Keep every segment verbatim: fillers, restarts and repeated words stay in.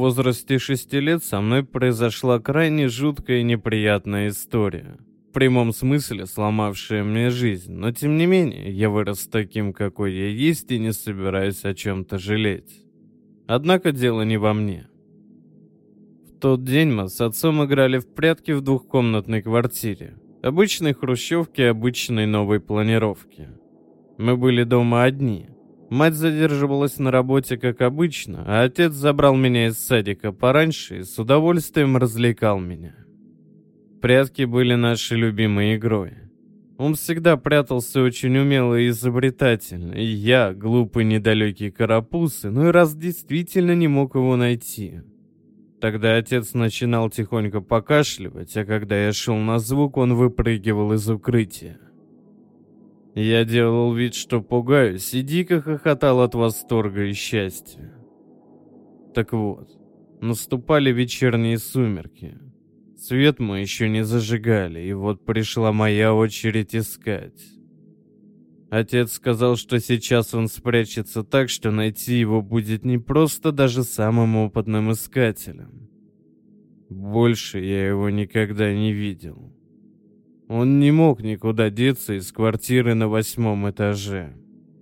возрасте шести лет со мной произошла крайне жуткая и неприятная история. В прямом смысле сломавшая мне жизнь, но тем не менее я вырос таким, какой я есть, и не собираюсь о чем-то жалеть. Однако дело не во мне. В тот день мы с отцом играли в прятки в двухкомнатной квартире. Обычной хрущевке обычной новой планировки. Мы были дома одни. Мать задерживалась на работе, как обычно, а отец забрал меня из садика пораньше и с удовольствием развлекал меня. Прятки были нашей любимой игрой. Он всегда прятался очень умело и изобретательно, и я, глупый недалекий карапуз, иной раз действительно не мог его найти. Тогда отец начинал тихонько покашливать, а когда я шел на звук, он выпрыгивал из укрытия. Я делал вид, что пугаюсь, и дико хохотал от восторга и счастья. Так вот, наступали вечерние сумерки. Свет мы еще не зажигали, и вот пришла моя очередь искать. Отец сказал, что сейчас он спрячется так, что найти его будет непросто даже самым опытным искателем. Больше я его никогда не видел. Он не мог никуда деться из квартиры на восьмом этаже.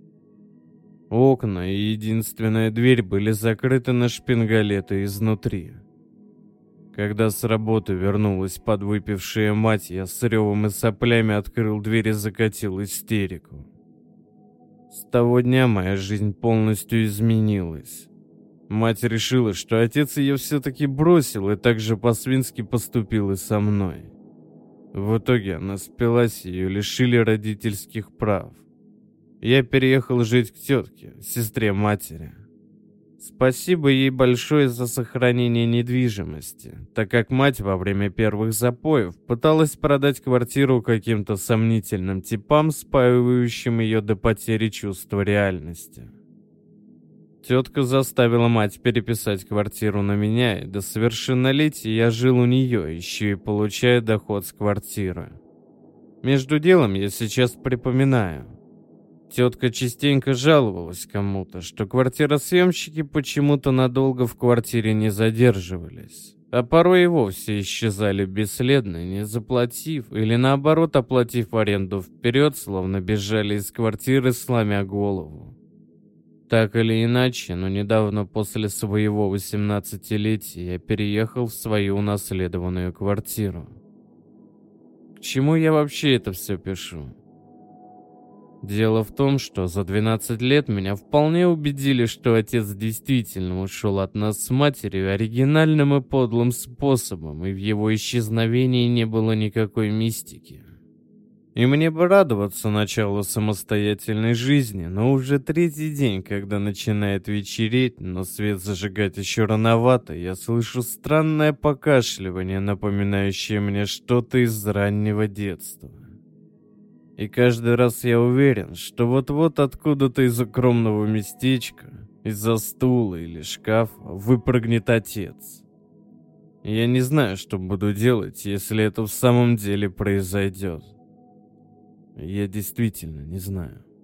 Окна и единственная дверь были закрыты на шпингалеты изнутри. Когда с работы вернулась подвыпившая мать, я с ревом и соплями открыл дверь и закатил истерику. С того дня моя жизнь полностью изменилась. Мать решила, что отец ее все-таки бросил и так же по-свински поступил и со мной. В итоге она спилась, и ее лишили родительских прав. Я переехал жить к тетке, сестре матери. Спасибо ей большое за сохранение недвижимости, так как мать во время первых запоев пыталась продать квартиру каким-то сомнительным типам, спаивающим ее до потери чувства реальности. Тетка заставила мать переписать квартиру на меня, и до совершеннолетия я жил у нее, еще и получая доход с квартиры. Между делом я сейчас припоминаю. Тетка частенько жаловалась кому-то, что квартиросъемщики почему-то надолго в квартире не задерживались, а порой и вовсе исчезали бесследно, не заплатив, или наоборот оплатив аренду вперед, словно бежали из квартиры, сломя голову. Так или иначе, но недавно после своего восемнадцатилетия я переехал в свою унаследованную квартиру. К чему я вообще это все пишу? Дело в том, что за двенадцать лет меня вполне убедили, что отец действительно ушел от нас с матерью оригинальным и подлым способом, и в его исчезновении не было никакой мистики. И мне бы радоваться началу самостоятельной жизни, но уже третий день, когда начинает вечереть, но свет зажигать еще рановато, я слышу странное покашливание, напоминающее мне что-то из раннего детства. И каждый раз я уверен, что вот-вот откуда-то из укромного местечка, из-за стула или шкафа выпрыгнет отец. Я не знаю, что буду делать, если это в самом деле произойдет. Я действительно не знаю.